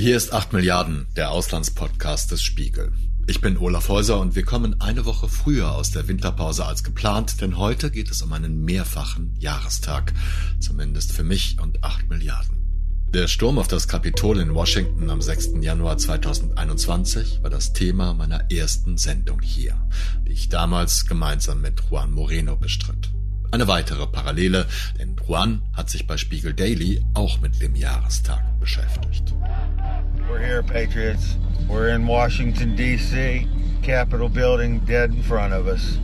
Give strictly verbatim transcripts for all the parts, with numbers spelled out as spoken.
Hier ist acht Milliarden, der Auslandspodcast des Spiegel. Ich bin Olaf Häuser und wir kommen eine Woche früher aus der Winterpause als geplant, denn heute geht es um einen mehrfachen Jahrestag, zumindest für mich und acht Milliarden. Der Sturm auf das Kapitol in Washington am sechsten Januar zweitausendeinundzwanzig war das Thema meiner ersten Sendung hier, die ich damals gemeinsam mit Juan Moreno bestritt. Eine weitere Parallele, denn Juan hat sich bei Spiegel Daily auch mit dem Jahrestag beschäftigt. We're here, Patriots. We're in Washington, D C Capitol building dead in front of us.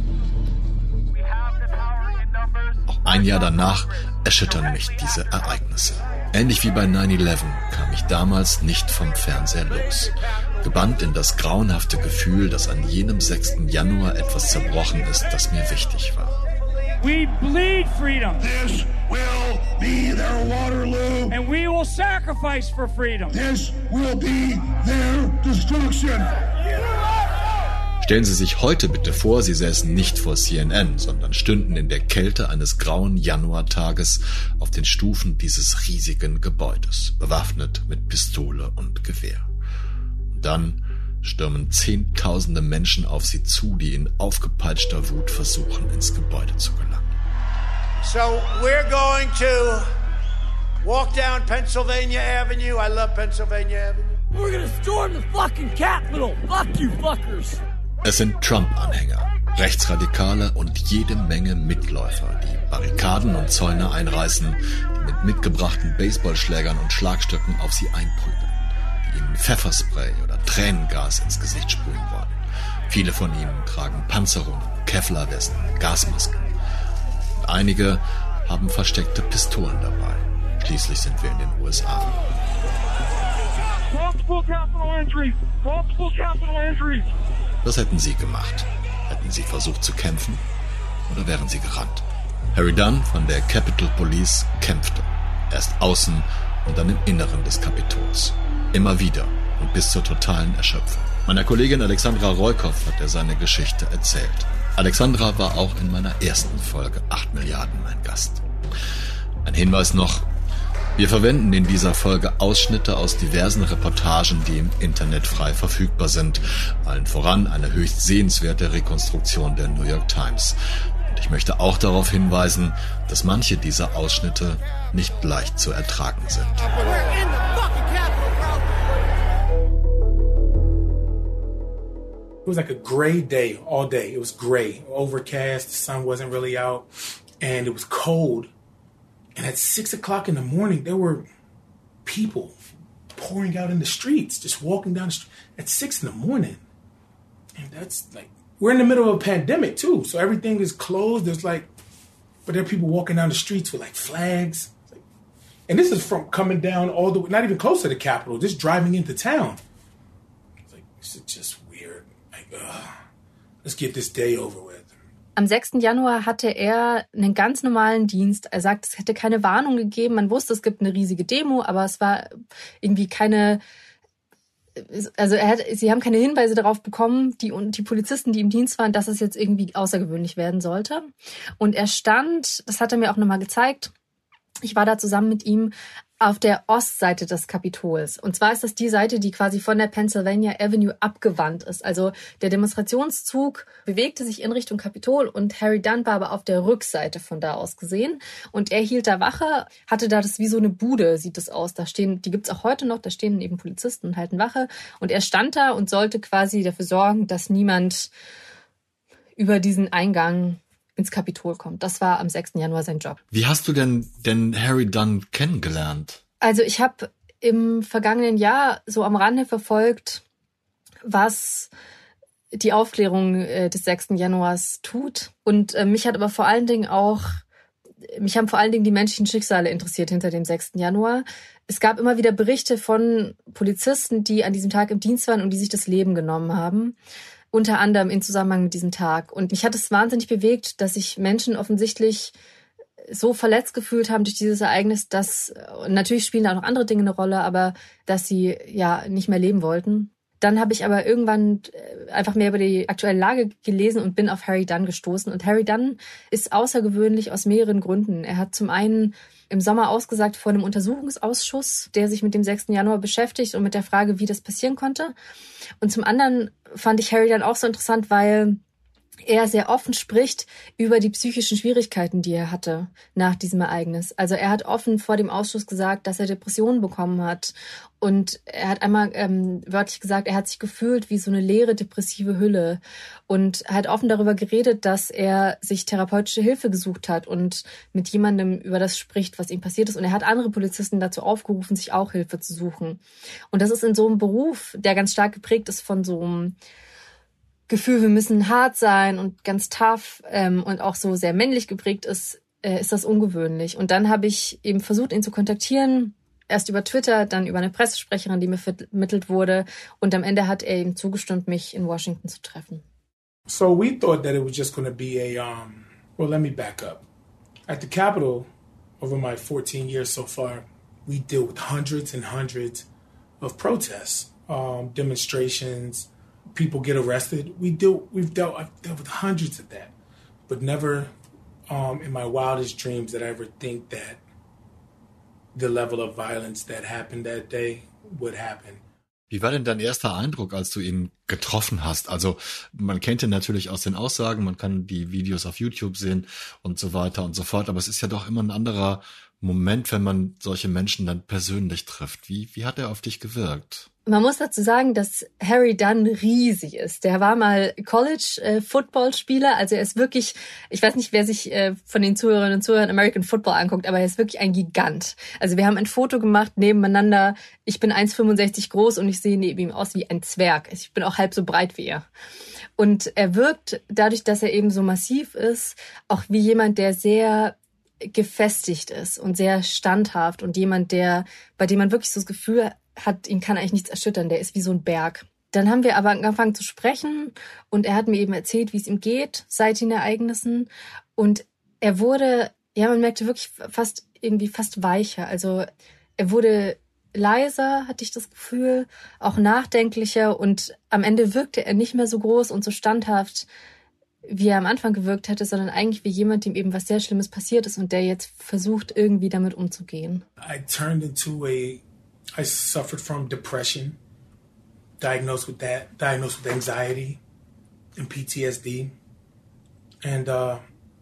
Auch ein Jahr danach erschüttern mich diese Ereignisse. Ähnlich wie bei nine eleven kam ich damals nicht vom Fernseher los. Gebannt in das grauenhafte Gefühl, dass an jenem sechsten Januar etwas zerbrochen ist, das mir wichtig war. We bleed freedom. This will be their Waterloo. And we will sacrifice for freedom. This will be their destruction. Stellen Sie sich heute bitte vor, Sie säßen nicht vor C N N, sondern stünden in der Kälte eines grauen Januartages auf den Stufen dieses riesigen Gebäudes, bewaffnet mit Pistole und Gewehr. Und dann stürmen Zehntausende Menschen auf Sie zu, die in aufgepeitschter Wut versuchen, ins Gebäude zu gelangen. So we're going to walk down Pennsylvania Avenue. I love Pennsylvania Avenue. We're gonna storm the fucking Capitol. Fuck you fuckers. Es sind Trump-Anhänger, Rechtsradikale und jede Menge Mitläufer, die Barrikaden und Zäune einreißen, die mit mitgebrachten Baseballschlägern und Schlagstöcken auf sie einprügeln, die ihnen Pfefferspray oder Tränengas ins Gesicht sprühen wollen. Viele von ihnen tragen Panzerungen, Kevlarwesten, Gasmasken. Und einige haben versteckte Pistolen dabei. Schließlich sind wir in den U S A. Multiple capital entries. Multiple capital entries. Was hätten Sie gemacht? Hätten Sie versucht zu kämpfen oder wären Sie gerannt? Harry Dunn von der Capitol Police kämpfte. Erst außen und dann im Inneren des Kapitols. Immer wieder und bis zur totalen Erschöpfung. Meiner Kollegin Alexandra Roykoff hat er seine Geschichte erzählt. Alexandra war auch in meiner ersten Folge acht Milliarden mein Gast. Ein Hinweis noch: Wir verwenden in dieser Folge Ausschnitte aus diversen Reportagen, die im Internet frei verfügbar sind. Allen voran eine höchst sehenswerte Rekonstruktion der New York Times. Und ich möchte auch darauf hinweisen, dass manche dieser Ausschnitte nicht leicht zu ertragen sind. It was like a gray day all day. It was gray, overcast, the sun wasn't really out, and it was cold. And at six o'clock in the morning, there were people pouring out in the streets, just walking down the street at six in the morning. And that's like, we're in the middle of a pandemic too. So everything is closed. There's like, but there are people walking down the streets with like flags. And this is from coming down all the way, not even close to the Capitol, just driving into town. It's like, this is just weird. Like, ugh, let's get this day over with. Am sechsten Januar hatte er einen ganz normalen Dienst. Er sagt, es hätte keine Warnung gegeben. Man wusste, es gibt eine riesige Demo, aber es war irgendwie keine, also er hat, sie haben keine Hinweise darauf bekommen, die, die Polizisten, die im Dienst waren, dass es jetzt irgendwie außergewöhnlich werden sollte. Und er stand, das hat er mir auch nochmal gezeigt, ich war da zusammen mit ihm auf der Ostseite des Kapitols. Und zwar ist das die Seite, die quasi von der Pennsylvania Avenue abgewandt ist. Also der Demonstrationszug bewegte sich in Richtung Kapitol und Harry Dunn war aber auf der Rückseite von da aus gesehen. Und er hielt da Wache, hatte da das wie so eine Bude, sieht das aus. Da stehen, die gibt's auch heute noch, da stehen eben Polizisten und halten Wache. Und er stand da und sollte quasi dafür sorgen, dass niemand über diesen Eingang ins Kapitol kommt. Das war am sechsten Januar sein Job. Wie hast du denn, denn Harry Dunn kennengelernt? Also ich habe im vergangenen Jahr so am Rande verfolgt, was die Aufklärung äh, des sechsten Januars tut. Und äh, mich hat aber vor allen Dingen auch, mich haben vor allen Dingen die menschlichen Schicksale interessiert hinter dem sechsten Januar. Es gab immer wieder Berichte von Polizisten, die an diesem Tag im Dienst waren und die sich das Leben genommen haben. Unter anderem in Zusammenhang mit diesem Tag. Und mich hat es wahnsinnig bewegt, dass sich Menschen offensichtlich so verletzt gefühlt haben durch dieses Ereignis, dass, natürlich spielen da auch noch andere Dinge eine Rolle, aber dass sie ja nicht mehr leben wollten. Dann habe ich aber irgendwann einfach mehr über die aktuelle Lage gelesen und bin auf Harry Dunn gestoßen. Und Harry Dunn ist außergewöhnlich aus mehreren Gründen. Er hat zum einen im Sommer ausgesagt vor einem Untersuchungsausschuss, der sich mit dem sechsten Januar beschäftigt und mit der Frage, wie das passieren konnte. Und zum anderen fand ich Harry Dunn auch so interessant, weil er sehr offen spricht über die psychischen Schwierigkeiten, die er hatte nach diesem Ereignis. Also er hat offen vor dem Ausschuss gesagt, dass er Depressionen bekommen hat. Und er hat einmal ähm, wörtlich gesagt, er hat sich gefühlt wie so eine leere, depressive Hülle. Und er hat offen darüber geredet, dass er sich therapeutische Hilfe gesucht hat und mit jemandem über das spricht, was ihm passiert ist. Und er hat andere Polizisten dazu aufgerufen, sich auch Hilfe zu suchen. Und das ist in so einem Beruf, der ganz stark geprägt ist von so einem Gefühl, wir müssen hart sein und ganz tough ähm, und auch so sehr männlich geprägt ist, äh, ist das ungewöhnlich. Und dann habe ich eben versucht, ihn zu kontaktieren, erst über Twitter, dann über eine Pressesprecherin, die mir vermittelt wurde. Und am Ende hat er ihm zugestimmt, mich in Washington zu treffen. So we thought that it was just going to be a, um, well, let me back up. At the Capitol, over my fourteen years so far, we deal with hundreds and hundreds of protests, um, demonstrations. People get arrested. We do. We've dealt. I've dealt with hundreds of that, but never, um, in my wildest dreams, did I ever think that the level of violence that happened that day would happen. Wie war denn dein erster Eindruck, als du ihn getroffen hast? Also man kennt ihn natürlich aus den Aussagen, man kann die Videos auf YouTube sehen und so weiter und so fort, aber es ist ja doch immer ein anderer Moment, wenn man solche Menschen dann persönlich trifft. Wie, wie hat er auf dich gewirkt? Man muss dazu sagen, dass Harry Dunn riesig ist. Der war mal College-Football-Spieler, also er ist wirklich, ich weiß nicht, wer sich äh, von den Zuhörerinnen und Zuhörern American Football anguckt, aber er ist wirklich ein Gigant. Also wir haben ein Foto gemacht nebeneinander. Ich bin eins Komma fünfundsechzig groß und ich sehe neben ihm aus wie ein Zwerg. Ich bin auch halb so breit wie er. Und er wirkt dadurch, dass er eben so massiv ist, auch wie jemand, der sehr gefestigt ist und sehr standhaft und jemand, der, bei dem man wirklich so das Gefühl hat, ihn kann eigentlich nichts erschüttern, der ist wie so ein Berg. Dann haben wir aber angefangen zu sprechen und er hat mir eben erzählt, wie es ihm geht seit den Ereignissen und er wurde, ja, man merkte wirklich fast irgendwie fast weicher, also er wurde leiser, hatte ich das Gefühl, auch nachdenklicher und am Ende wirkte er nicht mehr so groß und so standhaft, wie er am Anfang gewirkt hätte, sondern eigentlich wie jemand, dem eben was sehr Schlimmes passiert ist und der jetzt versucht, irgendwie damit umzugehen. I turned into a I suffered from depression, diagnosed with that, diagnosed with anxiety and P T S D. And uh,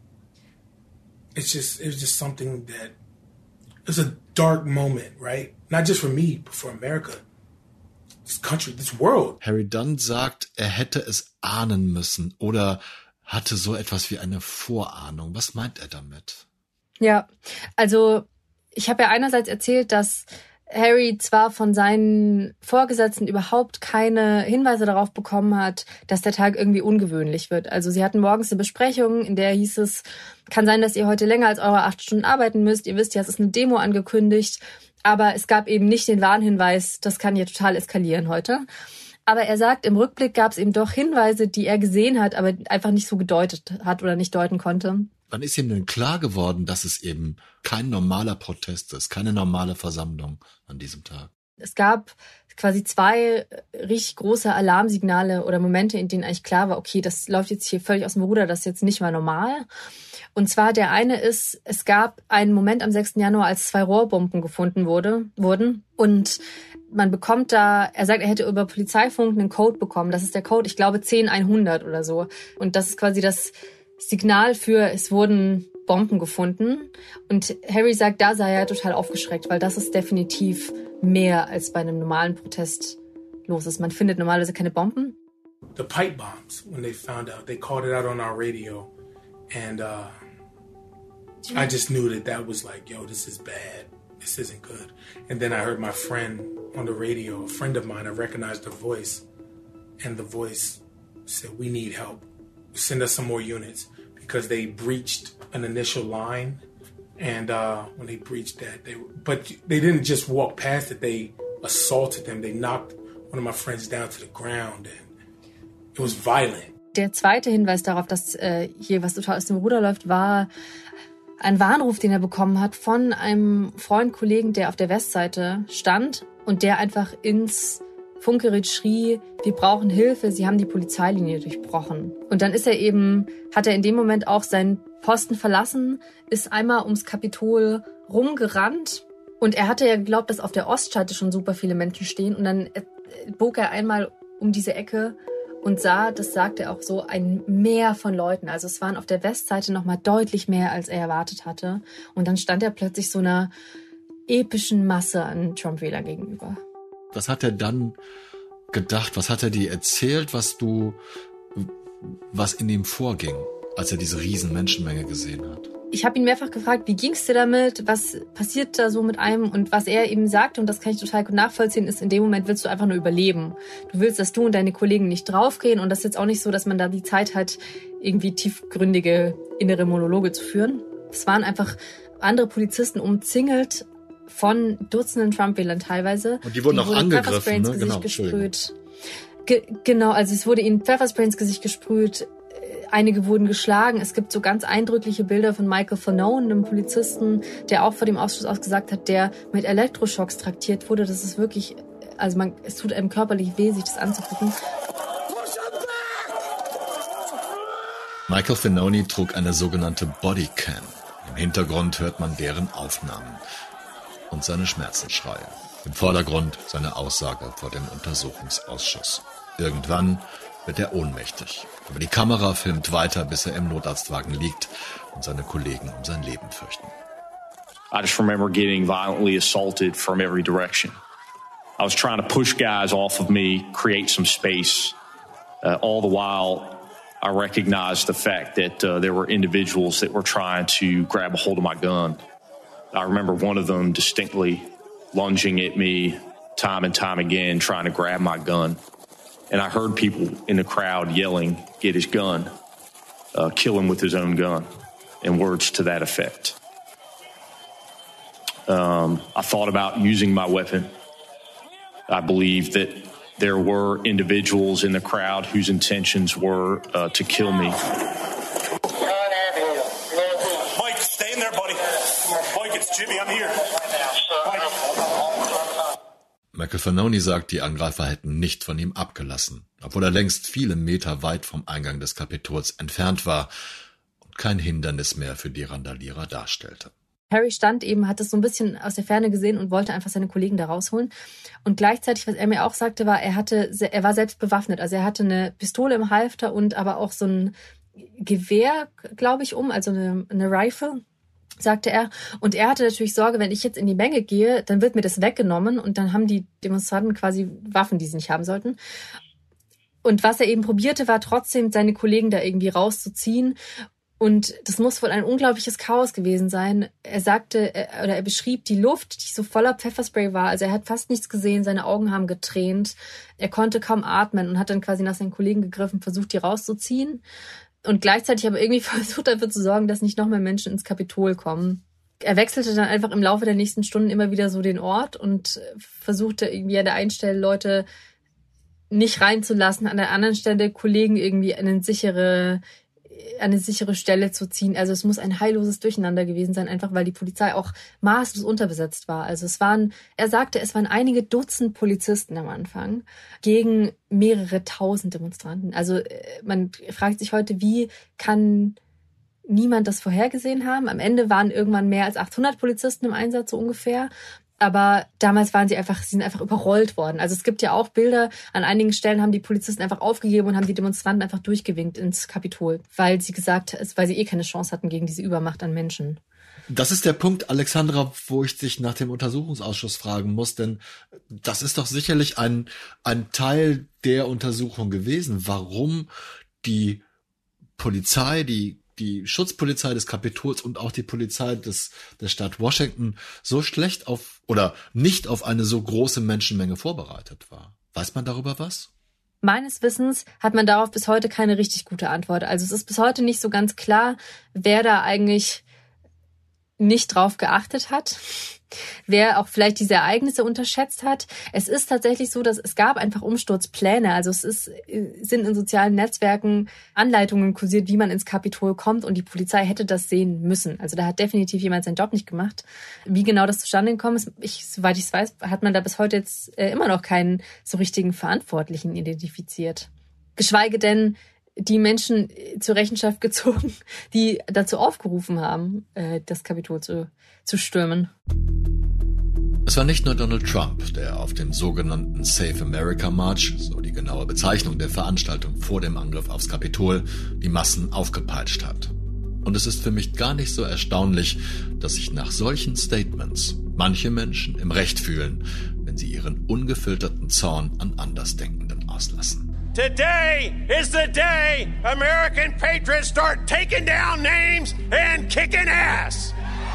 it's just, it was just something that, it was a dark moment, right? Not just for me, but for America, this country, this world. Harry Dunn sagt, er hätte es ahnen müssen oder hatte so etwas wie eine Vorahnung. Was meint er damit? Ja, also ich habe ja einerseits erzählt, dass Harry zwar von seinen Vorgesetzten überhaupt keine Hinweise darauf bekommen hat, dass der Tag irgendwie ungewöhnlich wird. Also sie hatten morgens eine Besprechung, in der hieß es, kann sein, dass ihr heute länger als eure acht Stunden arbeiten müsst. Ihr wisst ja, es ist eine Demo angekündigt. Aber es gab eben nicht den Warnhinweis, das kann hier total eskalieren heute. Aber er sagt, im Rückblick gab es eben doch Hinweise, die er gesehen hat, aber einfach nicht so gedeutet hat oder nicht deuten konnte. Wann ist ihm denn klar geworden, dass es eben kein normaler Protest ist, keine normale Versammlung an diesem Tag? Es gab quasi zwei richtig große Alarmsignale oder Momente, in denen eigentlich klar war, okay, das läuft jetzt hier völlig aus dem Ruder, das ist jetzt nicht mal normal. Und zwar der eine ist, es gab einen Moment am sechsten Januar, als zwei Rohrbomben gefunden wurde, wurden und man bekommt da, er sagt, er hätte über Polizeifunk einen Code bekommen. Das ist der Code, ich glaube, zehn hundert oder so. Und das ist quasi das Signal für, es wurden Bomben gefunden. Und Harry sagt, da sei er total aufgeschreckt, weil das ist definitiv mehr als bei einem normalen Protest los ist. Man findet normalerweise keine Bomben. The pipe bombs, when they found out, they called it out on our radio. And uh, I just knew that that was like, yo, this is bad. This isn't good. And then I heard my friend on the radio, a friend of mine, I recognized the voice. And the voice said, we need help. Send us some more units. Because they breached an initial line. And uh, when they breached that, they but they didn't just walk past it. They assaulted them. They knocked one of my friends down to the ground. And it was violent. Der zweite Hinweis darauf, dass äh, hier was total aus dem Ruder läuft, war ein Warnruf, den er bekommen hat von einem Freund, Kollegen, der auf der Westseite stand und der einfach ins Funkgerät schrie, wir brauchen Hilfe, sie haben die Polizeilinie durchbrochen. Und dann ist er eben, hat er in dem Moment auch seinen Posten verlassen, ist einmal ums Kapitol rumgerannt und er hatte ja geglaubt, dass auf der Ostseite schon super viele Menschen stehen und dann bog er einmal um diese Ecke und sah, das sagte er auch so, ein Meer von Leuten. Also es waren auf der Westseite nochmal deutlich mehr, als er erwartet hatte. Und dann stand er plötzlich so einer epischen Masse an Trump-Wählern gegenüber. Was hat er dann gedacht? Was hat er dir erzählt, was du, was in ihm vorging, als er diese riesen Menschenmenge gesehen hat? Ich habe ihn mehrfach gefragt, wie ging's dir damit? Was passiert da so mit einem? Und was er eben sagt, und das kann ich total gut nachvollziehen, ist, in dem Moment willst du einfach nur überleben. Du willst, dass du und deine Kollegen nicht draufgehen. Und das ist jetzt auch nicht so, dass man da die Zeit hat, irgendwie tiefgründige innere Monologe zu führen. Es waren einfach andere Polizisten umzingelt von Dutzenden Trump-Wählern teilweise. Und die wurden die auch angegriffen, ne? Genau, gesprüht. Ge- genau, also es wurde ihnen Pfefferspray ins Gesicht gesprüht. Einige wurden geschlagen. Es gibt so ganz eindrückliche Bilder von Michael Fanone, einem Polizisten, der auch vor dem Ausschuss ausgesagt hat, der mit Elektroschocks traktiert wurde. Das ist wirklich, also man, es tut einem körperlich weh, sich das anzugucken. Michael Fanone trug eine sogenannte Bodycam. Im Hintergrund hört man deren Aufnahmen und seine Schmerzensschreie. Im Vordergrund seine Aussage vor dem Untersuchungsausschuss. Irgendwann wird er ohnmächtig. Aber die Kamera filmt weiter, bis er im Notarztwagen liegt und seine Kollegen um sein Leben fürchten. I just remember getting violently assaulted from every direction. I was trying to push guys off of me, create some space. Uh, all the while, I recognized the fact that uh, there were individuals that were trying to grab a hold of my gun. I remember one of them distinctly lunging at me time and time again, trying to grab my gun. And I heard people in the crowd yelling, get his gun, uh, kill him with his own gun, and words to that effect. Um, I thought about using my weapon. I believe that there were individuals in the crowd whose intentions were uh, to kill me. Mike, stay in there, buddy. Mike, it's Jimmy, I'm here. Mike. Michael Fanone sagt, die Angreifer hätten nicht von ihm abgelassen, obwohl er längst viele Meter weit vom Eingang des Kapitols entfernt war und kein Hindernis mehr für die Randalierer darstellte. Harry stand eben, hat es so ein bisschen aus der Ferne gesehen und wollte einfach seine Kollegen da rausholen. Und gleichzeitig, was er mir auch sagte, war, er hatte, er war selbst bewaffnet. Also er hatte eine Pistole im Halfter und aber auch so ein Gewehr, glaube ich, um, also eine, eine Rifle, sagte er. Und er hatte natürlich Sorge, wenn ich jetzt in die Menge gehe, dann wird mir das weggenommen und dann haben die Demonstranten quasi Waffen, die sie nicht haben sollten. Und was er eben probierte, war trotzdem, seine Kollegen da irgendwie rauszuziehen. Und das muss wohl ein unglaubliches Chaos gewesen sein. Er sagte, er, oder er beschrieb die Luft, die so voller Pfefferspray war. Also er hat fast nichts gesehen, seine Augen haben getränt. Er konnte kaum atmen und hat dann quasi nach seinen Kollegen gegriffen, versucht, die rauszuziehen. Und gleichzeitig aber irgendwie versucht, dafür zu sorgen, dass nicht noch mehr Menschen ins Kapitol kommen. Er wechselte dann einfach im Laufe der nächsten Stunden immer wieder so den Ort und versuchte irgendwie an der einen Stelle Leute nicht reinzulassen, an der anderen Stelle Kollegen irgendwie an eine sichere, eine sichere Stelle zu ziehen. Also es muss ein heilloses Durcheinander gewesen sein, einfach weil die Polizei auch maßlos unterbesetzt war. Also es waren, er sagte, es waren einige Dutzend Polizisten am Anfang gegen mehrere tausend Demonstranten. Also man fragt sich heute, wie kann niemand das vorhergesehen haben? Am Ende waren irgendwann mehr als achthundert Polizisten im Einsatz, so ungefähr. Aber damals waren sie einfach, sie sind einfach überrollt worden. Also es gibt ja auch Bilder, an einigen Stellen haben die Polizisten einfach aufgegeben und haben die Demonstranten einfach durchgewinkt ins Kapitol, weil sie gesagt, weil sie eh keine Chance hatten gegen diese Übermacht an Menschen. Das ist der Punkt, Alexandra, wo ich dich nach dem Untersuchungsausschuss fragen muss, denn das ist doch sicherlich ein, ein Teil der Untersuchung gewesen, warum die Polizei, die die Schutzpolizei des Kapitols und auch die Polizei des, der Stadt Washington so schlecht auf oder nicht auf eine so große Menschenmenge vorbereitet war. Weiß man darüber was? Meines Wissens hat man darauf bis heute keine richtig gute Antwort. Also es ist bis heute nicht so ganz klar, wer da eigentlich nicht drauf geachtet hat, wer auch vielleicht diese Ereignisse unterschätzt hat. Es ist tatsächlich so, dass es gab einfach Umsturzpläne. Also es ist, sind in sozialen Netzwerken Anleitungen kursiert, wie man ins Kapitol kommt, und die Polizei hätte das sehen müssen. Also da hat definitiv jemand seinen Job nicht gemacht. Wie genau das zustande gekommen ist, ich, soweit ich es weiß, hat man da bis heute jetzt äh, immer noch keinen so richtigen Verantwortlichen identifiziert. Geschweige denn die Menschen zur Rechenschaft gezogen, die dazu aufgerufen haben, das Kapitol zu, zu stürmen. Es war nicht nur Donald Trump, der auf dem sogenannten Save America March, so die genaue Bezeichnung der Veranstaltung vor dem Angriff aufs Kapitol, die Massen aufgepeitscht hat. Und es ist für mich gar nicht so erstaunlich, dass sich nach solchen Statements manche Menschen im Recht fühlen, wenn sie ihren ungefilterten Zorn an Andersdenkenden auslassen. Today is the day American patriots start taking down names and kicking ass.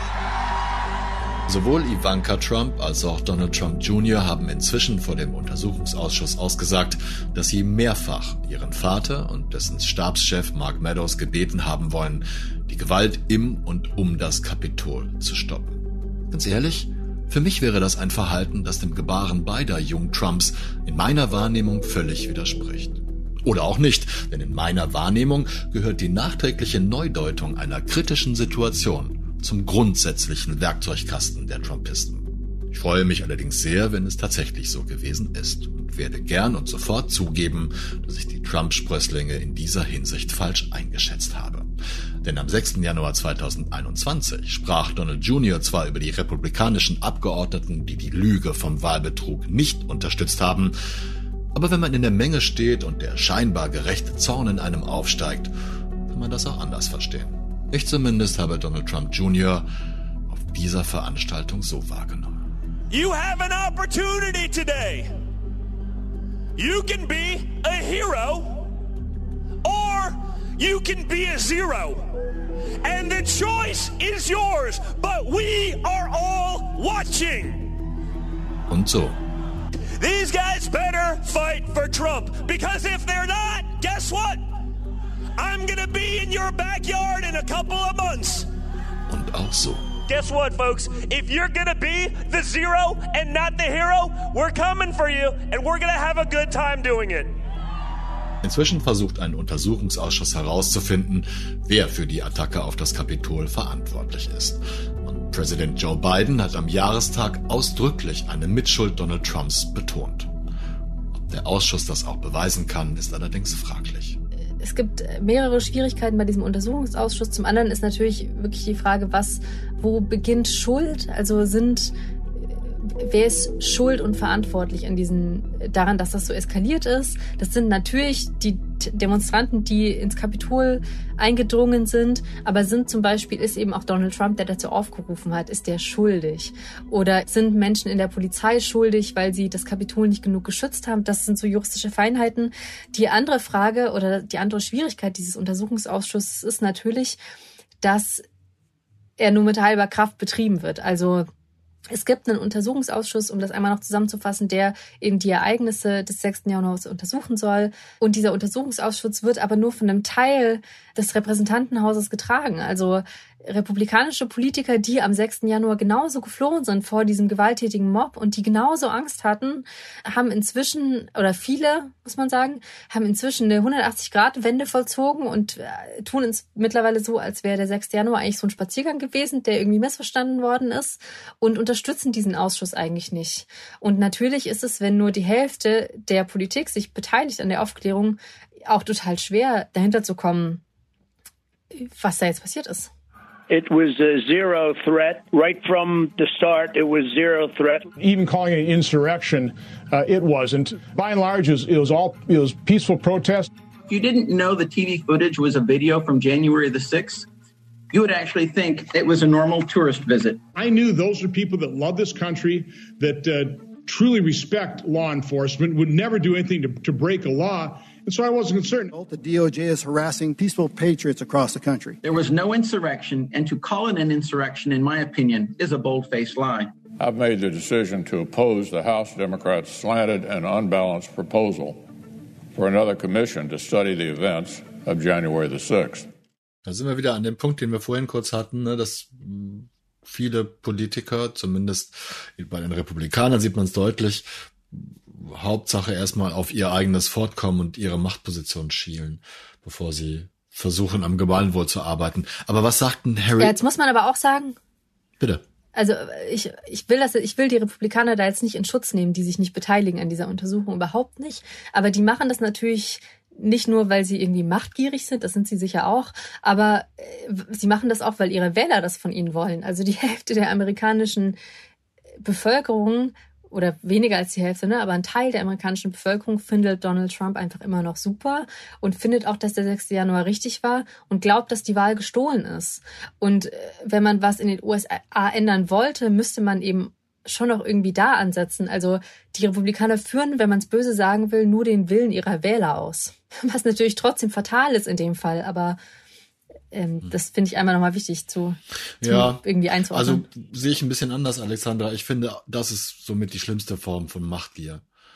Sowohl Ivanka Trump als auch Donald Trump Junior haben inzwischen vor dem Untersuchungsausschuss ausgesagt, dass sie mehrfach ihren Vater und dessen Stabschef Mark Meadows gebeten haben wollen, die Gewalt im und um das Kapitol zu stoppen. Ganz ehrlich, für mich wäre das ein Verhalten, das dem Gebaren beider jungen Trumps in meiner Wahrnehmung völlig widerspricht. Oder auch nicht, denn in meiner Wahrnehmung gehört die nachträgliche Neudeutung einer kritischen Situation zum grundsätzlichen Werkzeugkasten der Trumpisten. Ich freue mich allerdings sehr, wenn es tatsächlich so gewesen ist, und werde gern und sofort zugeben, dass ich die Trump-Sprösslinge in dieser Hinsicht falsch eingeschätzt habe. Denn am sechsten Januar zweitausendeinundzwanzig sprach Donald Junior zwar über die republikanischen Abgeordneten, die die Lüge vom Wahlbetrug nicht unterstützt haben, aber wenn man in der Menge steht und der scheinbar gerechte Zorn in einem aufsteigt, kann man das auch anders verstehen. Ich zumindest habe Donald Trump Junior auf dieser Veranstaltung so wahrgenommen. You have an opportunity today. You can be a hero or you can be a zero. And the choice is yours, but we are all watching. Und so. These guys better fight for Trump, because if they're not, guess what? I'm gonna be in your backyard in a couple of months. Und auch so. Guess what, folks? If you're gonna be the zero and not the hero, we're coming for you and we're gonna have a good time doing it. Inzwischen versucht ein Untersuchungsausschuss herauszufinden, wer für die Attacke auf das Kapitol verantwortlich ist. Und Präsident Joe Biden hat am Jahrestag ausdrücklich eine Mitschuld Donald Trumps betont. Ob der Ausschuss das auch beweisen kann, ist allerdings fraglich. Es gibt mehrere Schwierigkeiten bei diesem Untersuchungsausschuss. Zum anderen ist natürlich wirklich die Frage, was, wo beginnt Schuld? Also sind, wer ist schuld und verantwortlich an diesen, daran, dass das so eskaliert ist? Das sind natürlich die Demonstranten, die ins Kapitol eingedrungen sind, aber sind zum Beispiel, ist eben auch Donald Trump, der dazu aufgerufen hat, ist der schuldig? Oder sind Menschen in der Polizei schuldig, weil sie das Kapitol nicht genug geschützt haben? Das sind so juristische Feinheiten. Die andere Frage oder die andere Schwierigkeit dieses Untersuchungsausschusses ist natürlich, dass er nur mit halber Kraft betrieben wird. Also es gibt einen Untersuchungsausschuss, um das einmal noch zusammenzufassen, der eben die Ereignisse des sechsten Januars untersuchen soll. Und dieser Untersuchungsausschuss wird aber nur von einem Teil des Repräsentantenhauses getragen. Also republikanische Politiker, die am sechsten Januar genauso geflohen sind vor diesem gewalttätigen Mob und die genauso Angst hatten, haben inzwischen, oder viele, muss man sagen, haben inzwischen eine hundertachtzig-Grad-Wende vollzogen und tun es mittlerweile so, als wäre der sechste Januar eigentlich so ein Spaziergang gewesen, der irgendwie missverstanden worden ist, und unterstützen diesen Ausschuss eigentlich nicht. Und natürlich ist es, wenn nur die Hälfte der Politik sich beteiligt an der Aufklärung, auch total schwer, dahinter zu kommen, was da jetzt passiert ist. It was a zero threat right from the start. It was zero threat. Even calling it an insurrection, uh, it wasn't. By and large, it was, it was all it was peaceful protest. If you didn't know the T V footage was a video from January the sixth, you would actually think it was a normal tourist visit. I knew those are people that love this country, that uh, truly respect law enforcement, would never do anything to, to break a law. And so I wasn't concerned. The D O J is harassing peaceful patriots across the country. There was no insurrection, and to call it an insurrection, in my opinion, is a bold-faced lie. I've made the decision to oppose the House Democrats' slanted and unbalanced proposal for another commission to study the events of January the sixth. Da sind wir wieder an dem Punkt, den wir vorhin kurz hatten, ne, dass viele Politiker, zumindest bei den Republikanern sieht man es deutlich, Hauptsache erstmal auf ihr eigenes Fortkommen und ihre Machtposition schielen, bevor sie versuchen, am Gemeinwohl zu arbeiten. Aber was sagt denn Harry? Ja, jetzt muss man aber auch sagen. Bitte. Also ich, ich will das, ich will die Republikaner da jetzt nicht in Schutz nehmen, die sich nicht beteiligen an dieser Untersuchung, überhaupt nicht. Aber die machen das natürlich nicht nur, weil sie irgendwie machtgierig sind, das sind sie sicher auch, aber sie machen das auch, weil ihre Wähler das von ihnen wollen. Also die Hälfte der amerikanischen Bevölkerung oder weniger als die Hälfte, ne, aber ein Teil der amerikanischen Bevölkerung findet Donald Trump einfach immer noch super und findet auch, dass der sechste Januar richtig war und glaubt, dass die Wahl gestohlen ist. Und wenn man was in den U S A ändern wollte, müsste man eben schon noch irgendwie da ansetzen. Also die Republikaner führen, wenn man es böse sagen will, nur den Willen ihrer Wähler aus. Was natürlich trotzdem fatal ist in dem Fall, aber Ähm, das finde ich einmal nochmal wichtig zu, zu ja, irgendwie einzuordnen. Also sehe ich ein bisschen anders, Alexandra. Ich finde, das ist somit die schlimmste Form von Machtgier.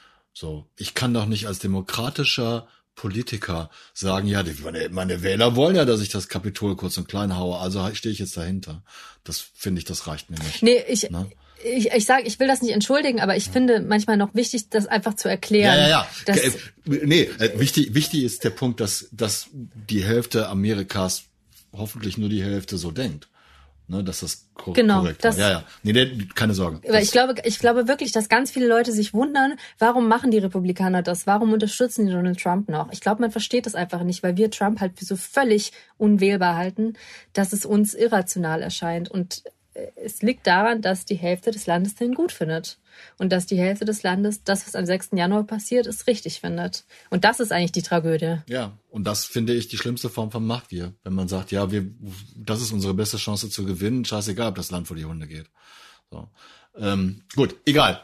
So, ich kann doch nicht als demokratischer Politiker sagen, ja, die, meine, meine Wähler wollen ja, dass ich das Kapitol kurz und klein haue, also stehe ich jetzt dahinter. Das finde ich, das reicht mir nicht. Nee, ich, Na? ich, ich sage, ich will das nicht entschuldigen, aber ich ja. finde manchmal noch wichtig, das einfach zu erklären. Ja, ja, ja. Dass, äh, nee, äh, wichtig, wichtig ist der Punkt, dass, dass die Hälfte Amerikas hoffentlich nur die Hälfte so denkt, ne, dass das kor- genau, korrekt das, war. Ja, ja. Nee, nee, keine Sorge. Aber ich glaube, ich glaube wirklich, dass ganz viele Leute sich wundern, warum machen die Republikaner das? Warum unterstützen die Donald Trump noch? Ich glaube, man versteht das einfach nicht, weil wir Trump halt für so völlig unwählbar halten, dass es uns irrational erscheint. Und es liegt daran, dass die Hälfte des Landes den gut findet. Und dass die Hälfte des Landes das, was am sechsten Januar passiert ist, richtig findet. Und das ist eigentlich die Tragödie. Ja, und das finde ich die schlimmste Form von Machtgier. Wenn man sagt, ja, wir, das ist unsere beste Chance zu gewinnen, scheißegal, ob das Land vor die Hunde geht. So. Ähm, gut, egal.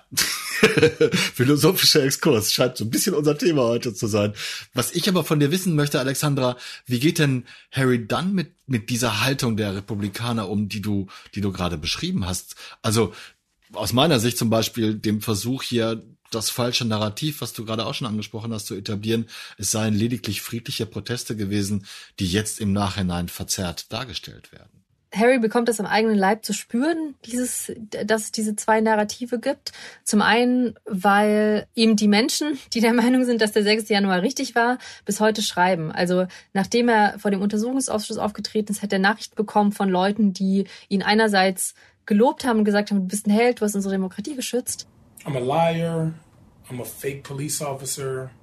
Philosophischer Exkurs scheint so ein bisschen unser Thema heute zu sein. Was ich aber von dir wissen möchte, Alexandra, wie geht denn Harry Dunn mit mit dieser Haltung der Republikaner um, die du die du gerade beschrieben hast? Also aus meiner Sicht zum Beispiel dem Versuch hier, das falsche Narrativ, was du gerade auch schon angesprochen hast, zu etablieren, es seien lediglich friedliche Proteste gewesen, die jetzt im Nachhinein verzerrt dargestellt werden. Harry bekommt es am eigenen Leib zu spüren, dieses, dass es diese zwei Narrative gibt. Zum einen, weil ihm die Menschen, die der Meinung sind, dass der sechste Januar richtig war, bis heute schreiben. Also nachdem er vor dem Untersuchungsausschuss aufgetreten ist, hat er Nachrichten bekommen von Leuten, die ihn einerseits gelobt haben und gesagt haben, du bist ein Held, du hast unsere Demokratie geschützt. I'm a liar, I'm a fake police officer,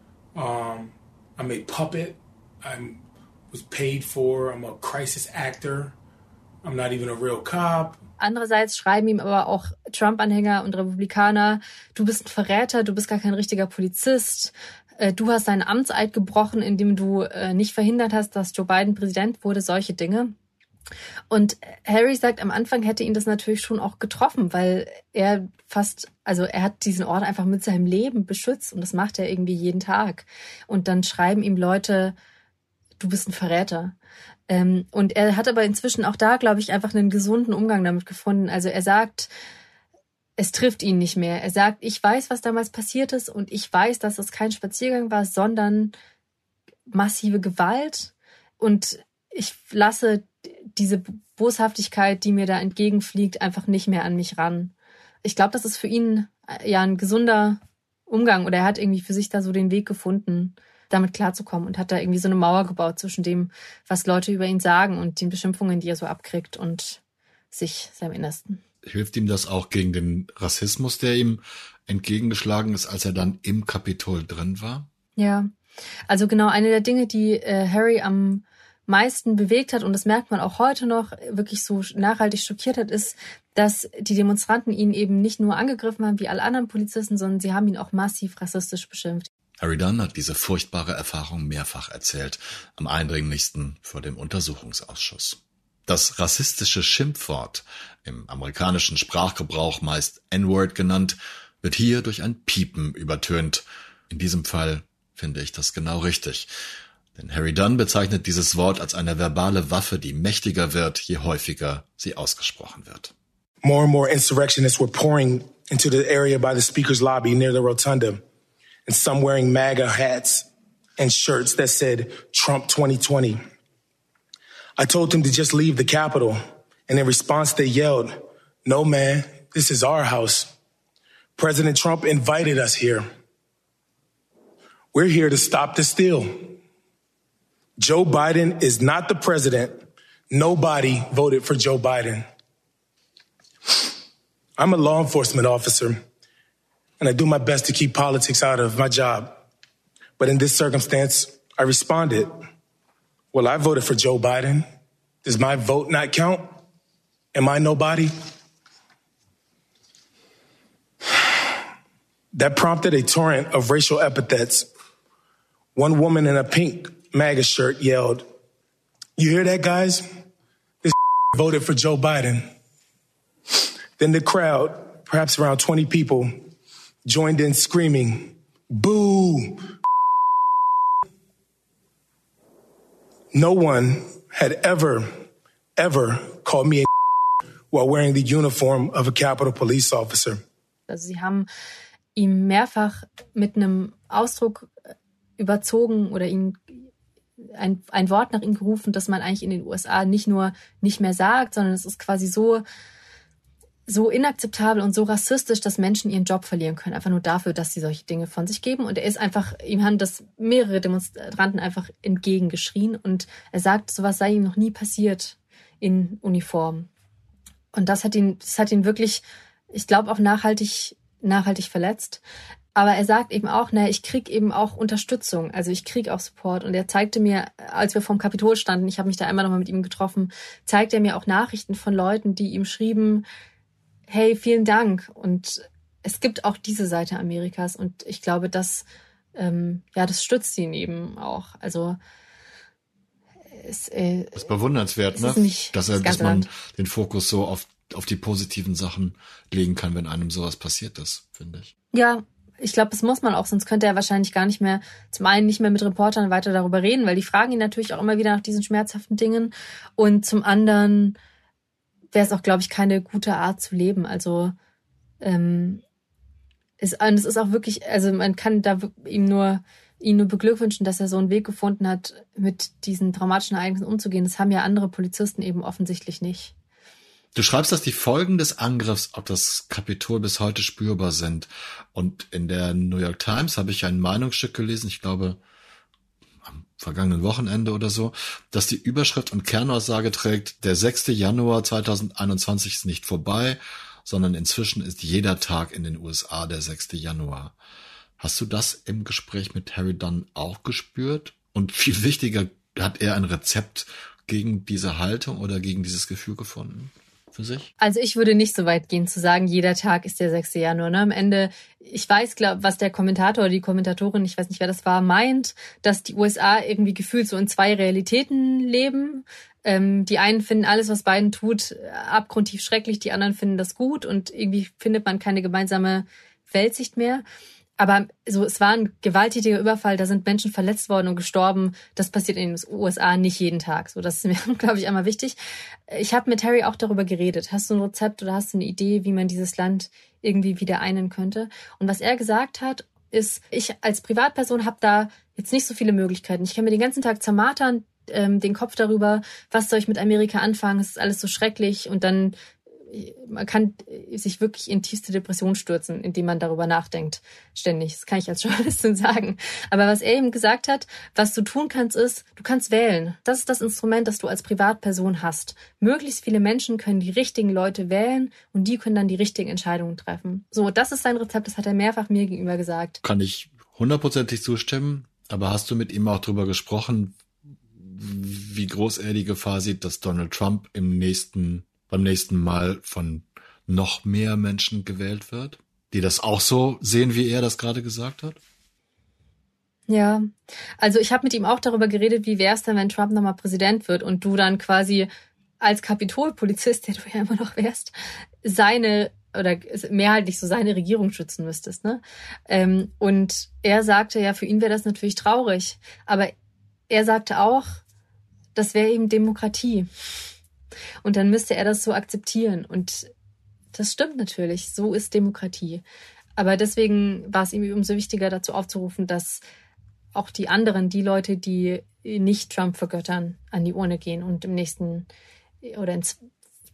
um, I'm a puppet, I was paid for, I'm a crisis actor. I'm not even a real cop. Andererseits schreiben ihm aber auch Trump-Anhänger und Republikaner, du bist ein Verräter, du bist gar kein richtiger Polizist, du hast deinen Amtseid gebrochen, indem du nicht verhindert hast, dass Joe Biden Präsident wurde, solche Dinge. Und Harry sagt, am Anfang hätte ihn das natürlich schon auch getroffen, weil er fast, also er hat diesen Ort einfach mit seinem Leben beschützt und das macht er irgendwie jeden Tag. Und dann schreiben ihm Leute, du bist ein Verräter. Ähm, und er hat aber inzwischen auch da, glaube ich, einfach einen gesunden Umgang damit gefunden. Also er sagt, es trifft ihn nicht mehr. Er sagt, ich weiß, was damals passiert ist und ich weiß, dass es kein Spaziergang war, sondern massive Gewalt. Und ich lasse diese Boshaftigkeit, die mir da entgegenfliegt, einfach nicht mehr an mich ran. Ich glaube, das ist für ihn ja ein gesunder Umgang oder er hat irgendwie für sich da so den Weg gefunden, damit klarzukommen und hat da irgendwie so eine Mauer gebaut zwischen dem, was Leute über ihn sagen und den Beschimpfungen, die er so abkriegt und sich seinem Innersten. Hilft ihm das auch gegen den Rassismus, der ihm entgegengeschlagen ist, als er dann im Kapitol drin war? Ja, also genau eine der Dinge, die äh, Harry am meisten bewegt hat, und das merkt man auch heute noch, wirklich so nachhaltig schockiert hat, ist, dass die Demonstranten ihn eben nicht nur angegriffen haben wie alle anderen Polizisten, sondern sie haben ihn auch massiv rassistisch beschimpft. Harry Dunn hat diese furchtbare Erfahrung mehrfach erzählt, am eindringlichsten vor dem Untersuchungsausschuss. Das rassistische Schimpfwort, im amerikanischen Sprachgebrauch meist N-Word genannt, wird hier durch ein Piepen übertönt. In diesem Fall finde ich das genau richtig. Denn Harry Dunn bezeichnet dieses Wort als eine verbale Waffe, die mächtiger wird, je häufiger sie ausgesprochen wird. More and more insurrectionists were pouring into the area by the speaker's lobby near the rotunda. And some wearing MAGA hats and shirts that said Trump twenty twenty. I told them to just leave the Capitol And in response, they yelled, "No, man, this is our house. President Trump invited us here. We're here to stop the steal. Joe Biden is not the president. Nobody voted for Joe Biden. I'm a law enforcement officer, and I do my best to keep politics out of my job. But in this circumstance, I responded, well, I voted for Joe Biden. Does my vote not count? Am I nobody?" That prompted a torrent of racial epithets. One woman in a pink MAGA shirt yelled, "You hear that, guys? This voted for Joe Biden." Then the crowd, perhaps around twenty people, joined in screaming, "Boo!" No one had ever, ever called me a while wearing the uniform of a Capitol Police officer. Also sie haben ihm mehrfach mit einem Ausdruck überzogen oder ihn ein, ein Wort nach ihm gerufen, das man eigentlich in den U S A nicht nur nicht mehr sagt, sondern es ist quasi so, so inakzeptabel und so rassistisch, dass Menschen ihren Job verlieren können. Einfach nur dafür, dass sie solche Dinge von sich geben. Und er ist einfach, ihm haben das mehrere Demonstranten einfach entgegengeschrien und er sagt, sowas sei ihm noch nie passiert in Uniform. Und das hat ihn, das hat ihn wirklich, ich glaube, auch nachhaltig, nachhaltig verletzt. Aber er sagt eben auch, naja, ich krieg eben auch Unterstützung, also ich krieg auch Support. Und er zeigte mir, als wir vorm Kapitol standen, ich habe mich da einmal nochmal mit ihm getroffen, zeigte er mir auch Nachrichten von Leuten, die ihm schrieben, hey, vielen Dank. Und es gibt auch diese Seite Amerikas und ich glaube, das, ähm, ja, das stützt ihn eben auch. Also es, äh, das ist bewundernswert, es ne? Ist nicht dass er, das dass man Land. den Fokus so auf auf die positiven Sachen legen kann, wenn einem sowas passiert ist, finde ich. Ja, ich glaube, das muss man auch, sonst könnte er wahrscheinlich gar nicht mehr, zum einen nicht mehr mit Reportern weiter darüber reden, weil die fragen ihn natürlich auch immer wieder nach diesen schmerzhaften Dingen und zum anderen wäre es auch, glaube ich, keine gute Art zu leben. Also ähm, es, und es ist auch wirklich, also man kann da ihm nur ihn nur beglückwünschen, dass er so einen Weg gefunden hat, mit diesen traumatischen Ereignissen umzugehen. Das haben ja andere Polizisten eben offensichtlich nicht. Du schreibst, dass die Folgen des Angriffs auf das Kapitol bis heute spürbar sind. Und in der New York Times habe ich ein Meinungsstück gelesen, ich glaube am vergangenen Wochenende oder so, dass die Überschrift und Kernaussage trägt, der sechster Januar zweitausendeinundzwanzig ist nicht vorbei, sondern inzwischen ist jeder Tag in den U S A der sechster Januar. Hast du das im Gespräch mit Harry Dunn auch gespürt? Und viel wichtiger, hat er ein Rezept gegen diese Haltung oder gegen dieses Gefühl gefunden? Für sich? Also ich würde nicht so weit gehen zu sagen, jeder Tag ist der sechster Januar. Ne? Am Ende, ich weiß, glaub, was der Kommentator oder die Kommentatorin, ich weiß nicht, wer das war, meint, dass die U S A irgendwie gefühlt so in zwei Realitäten leben. Ähm, die einen finden alles, was Biden tut, abgrundtief schrecklich, die anderen finden das gut und irgendwie findet man keine gemeinsame Weltsicht mehr. Aber so, es war ein gewalttätiger Überfall, da sind Menschen verletzt worden und gestorben. Das passiert in den U S A nicht jeden Tag. So, das ist mir, glaube ich, einmal wichtig. Ich habe mit Harry auch darüber geredet. Hast du ein Rezept oder hast du eine Idee, wie man dieses Land irgendwie wieder einen könnte? Und was er gesagt hat, ist, ich als Privatperson habe da jetzt nicht so viele Möglichkeiten. Ich kann mir den ganzen Tag zermartern, ähm, den Kopf darüber, was soll ich mit Amerika anfangen? Es ist alles so schrecklich und dann man kann sich wirklich in tiefste Depression stürzen, indem man darüber nachdenkt, ständig. Das kann ich als Journalistin sagen. Aber was er eben gesagt hat, was du tun kannst, ist, du kannst wählen. Das ist das Instrument, das du als Privatperson hast. Möglichst viele Menschen können die richtigen Leute wählen und die können dann die richtigen Entscheidungen treffen. So, das ist sein Rezept, das hat er mehrfach mir gegenüber gesagt. Kann ich hundertprozentig zustimmen, aber hast du mit ihm auch darüber gesprochen, wie groß er die Gefahr sieht, dass Donald Trump im nächsten beim nächsten Mal von noch mehr Menschen gewählt wird, die das auch so sehen, wie er das gerade gesagt hat? Ja, also ich habe mit ihm auch darüber geredet, wie wäre es denn, wenn Trump nochmal Präsident wird und du dann quasi als Kapitolpolizist, der du ja immer noch wärst, seine oder mehrheitlich so seine Regierung schützen müsstest, ne? Ähm, und er sagte, ja, für ihn wäre das natürlich traurig, aber er sagte auch, das wäre eben Demokratie. Und dann müsste er das so akzeptieren. Und das stimmt natürlich. So ist Demokratie. Aber deswegen war es ihm umso wichtiger, dazu aufzurufen, dass auch die anderen, die Leute, die nicht Trump vergöttern, an die Urne gehen und im nächsten oder in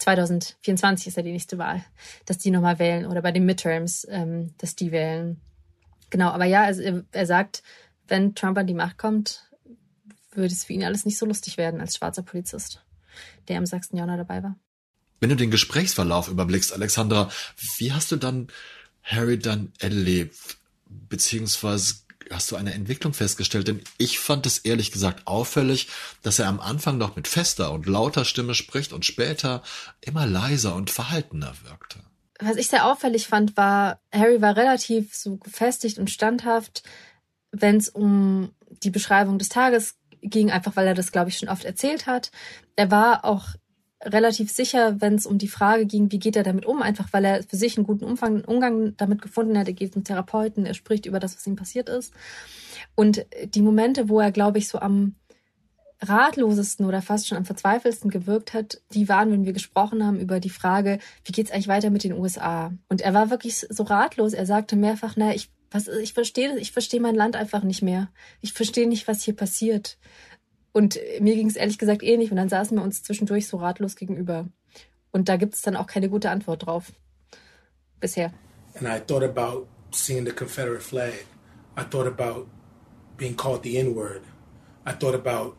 zwanzig vierundzwanzig ist ja die nächste Wahl, dass die nochmal wählen oder bei den Midterms, ähm, dass die wählen. Genau, aber ja, also er, er sagt, wenn Trump an die Macht kommt, würde es für ihn alles nicht so lustig werden als schwarzer Polizist, der am sechsten Januar dabei war. Wenn du den Gesprächsverlauf überblickst, Alexandra, wie hast du dann Harry dann erlebt? Beziehungsweise hast du eine Entwicklung festgestellt? Denn ich fand es ehrlich gesagt auffällig, dass er am Anfang noch mit fester und lauter Stimme spricht und später immer leiser und verhaltener wirkte. Was ich sehr auffällig fand, war, Harry war relativ so gefestigt und standhaft, wenn es um die Beschreibung des Tages ging, einfach weil er das, glaube ich, schon oft erzählt hat. Er war auch relativ sicher, wenn es um die Frage ging, wie geht er damit um, einfach weil er für sich einen guten Umfang, Umgang damit gefunden hat. Er geht zum Therapeuten, er spricht über das, was ihm passiert ist. Und die Momente, wo er, glaube ich, so am ratlosesten oder fast schon am verzweifelsten gewirkt hat, die waren, wenn wir gesprochen haben über die Frage, wie geht's eigentlich weiter mit den U S A? Und er war wirklich so ratlos. Er sagte mehrfach, na, ich, was, ich verstehe, ich verstehe mein Land einfach nicht mehr. Ich verstehe nicht, was hier passiert. Und mir ging es ehrlich gesagt eh nicht. Und dann saßen wir uns zwischendurch so ratlos gegenüber. Und da gibt es dann auch keine gute Antwort drauf. Bisher. And I thought about seeing the Confederate flag. I thought about being called the N-word. I thought about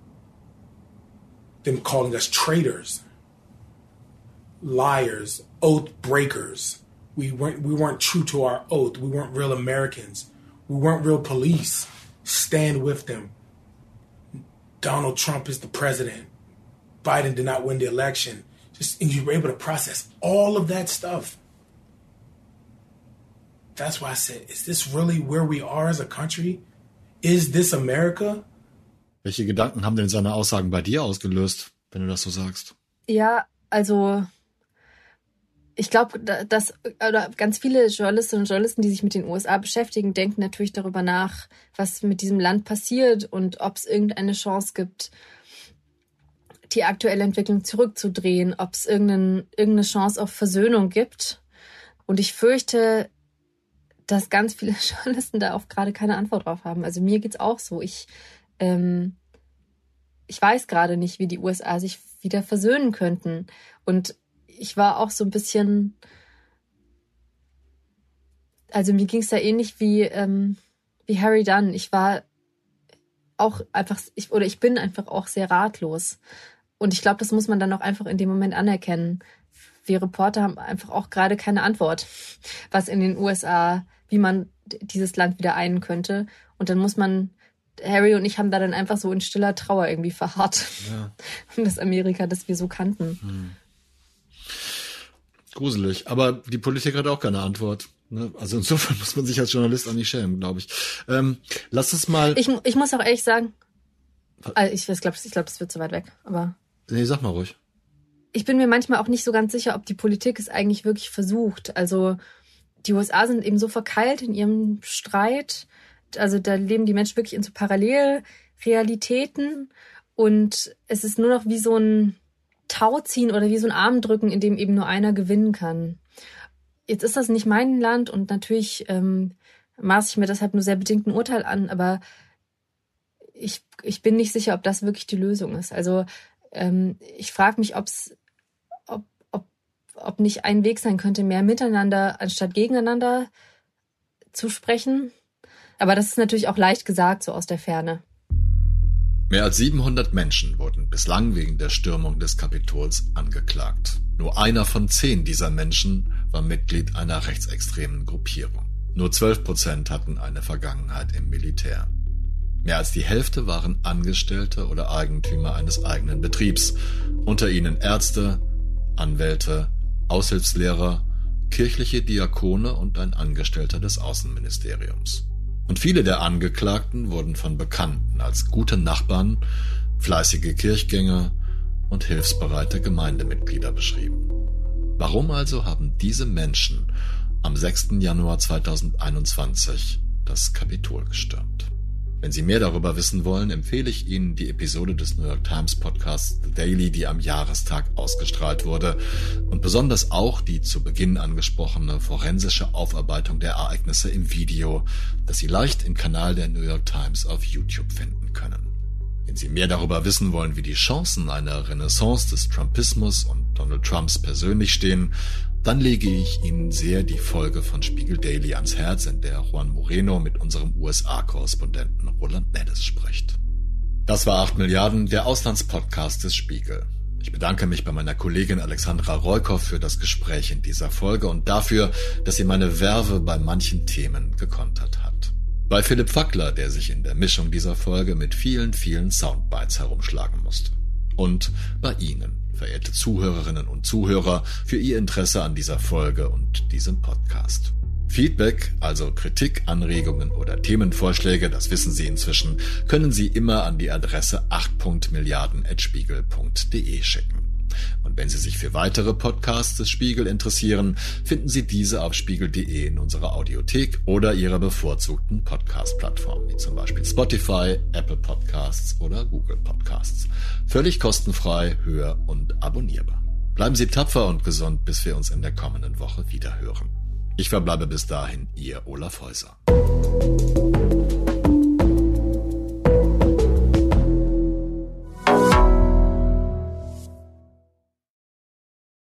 them calling us traitors, liars, oath breakers. We weren't, we weren't true to our oath. We weren't real Americans. We weren't real police. Stand with them. Donald Trump is the president. Biden did not win the election. Just, and you were able to process all of that stuff. That's why I said, is this really where we are as a country? Is this America? Welche Gedanken haben denn seine Aussagen bei dir ausgelöst, wenn du das so sagst? Ja, also ich glaube, dass oder ganz viele Journalistinnen und Journalisten, die sich mit den U S A beschäftigen, denken natürlich darüber nach, was mit diesem Land passiert und ob es irgendeine Chance gibt, die aktuelle Entwicklung zurückzudrehen, ob es irgendeine, irgendeine Chance auf Versöhnung gibt. Und ich fürchte, dass ganz viele Journalisten da auch gerade keine Antwort drauf haben. Also mir geht's auch so. Ich ähm, ich weiß gerade nicht, wie die U S A sich wieder versöhnen könnten. Und ich war auch so ein bisschen, also mir ging es da ähnlich wie, ähm, wie Harry Dunn. Ich war auch einfach, ich, oder ich bin einfach auch sehr ratlos. Und ich glaube, das muss man dann auch einfach in dem Moment anerkennen. Wir Reporter haben einfach auch gerade keine Antwort, was in den U S A, wie man dieses Land wieder einen könnte. Und dann muss man, Harry und ich haben da dann einfach so in stiller Trauer irgendwie verharrt. Ja. Um das Amerika, das wir so kannten. Hm. Gruselig. Aber die Politik hat auch keine Antwort. Ne? Also insofern muss man sich als Journalist auch nicht schämen, glaube ich. Ähm, lass uns mal... Ich, ich muss auch ehrlich sagen, also ich, ich glaube, ich glaub, das wird zu weit weg. Aber nee, sag mal ruhig. Ich bin mir manchmal auch nicht so ganz sicher, ob die Politik es eigentlich wirklich versucht. Also die U S A sind eben so verkeilt in ihrem Streit. Also da leben die Menschen wirklich in so Parallelrealitäten. Und es ist nur noch wie so ein Tauziehen oder wie so ein Armdrücken, in dem eben nur einer gewinnen kann. Jetzt ist das nicht mein Land und natürlich ähm, maße ich mir deshalb nur sehr bedingt ein Urteil an, aber ich, ich bin nicht sicher, ob das wirklich die Lösung ist. Also ähm, ich frage mich, ob's, ob, ob, ob nicht ein Weg sein könnte, mehr miteinander anstatt gegeneinander zu sprechen. Aber das ist natürlich auch leicht gesagt, so aus der Ferne. Mehr als siebenhundert Menschen wurden bislang wegen der Stürmung des Kapitols angeklagt. Nur einer von zehn dieser Menschen war Mitglied einer rechtsextremen Gruppierung. Nur zwölf Prozent hatten eine Vergangenheit im Militär. Mehr als die Hälfte waren Angestellte oder Eigentümer eines eigenen Betriebs. Unter ihnen Ärzte, Anwälte, Aushilfslehrer, kirchliche Diakone und ein Angestellter des Außenministeriums. Und viele der Angeklagten wurden von Bekannten als gute Nachbarn, fleißige Kirchgänger und hilfsbereite Gemeindemitglieder beschrieben. Warum also haben diese Menschen am sechsten Januar zweitausendeinundzwanzig das Kapitol gestürmt? Wenn Sie mehr darüber wissen wollen, empfehle ich Ihnen die Episode des New York Times Podcasts The Daily, die am Jahrestag ausgestrahlt wurde, und besonders auch die zu Beginn angesprochene forensische Aufarbeitung der Ereignisse im Video, das Sie leicht im Kanal der New York Times auf YouTube finden können. Wenn Sie mehr darüber wissen wollen, wie die Chancen einer Renaissance des Trumpismus und Donald Trumps persönlich stehen, dann lege ich Ihnen sehr die Folge von Spiegel Daily ans Herz, in der Juan Moreno mit unserem U S A-Korrespondenten Roland Neddes spricht. Das war acht Milliarden, der Auslandspodcast des Spiegel. Ich bedanke mich bei meiner Kollegin Alexandra Reukow für das Gespräch in dieser Folge und dafür, dass sie meine Verve bei manchen Themen gekontert hat. Bei Philipp Fackler, der sich in der Mischung dieser Folge mit vielen, vielen Soundbites herumschlagen musste. Und bei Ihnen, verehrte Zuhörerinnen und Zuhörer, für Ihr Interesse an dieser Folge und diesem Podcast. Feedback, also Kritik, Anregungen oder Themenvorschläge, das wissen Sie inzwischen, können Sie immer an die Adresse acht milliarden at spiegel punkt de schicken. Und wenn Sie sich für weitere Podcasts des Spiegel interessieren, finden Sie diese auf spiegel punkt de in unserer Audiothek oder Ihrer bevorzugten Podcast-Plattform, wie zum Beispiel Spotify, Apple Podcasts oder Google Podcasts. Völlig kostenfrei, hör- und abonnierbar. Bleiben Sie tapfer und gesund, bis wir uns in der kommenden Woche wieder hören. Ich verbleibe bis dahin, Ihr Olaf Häuser.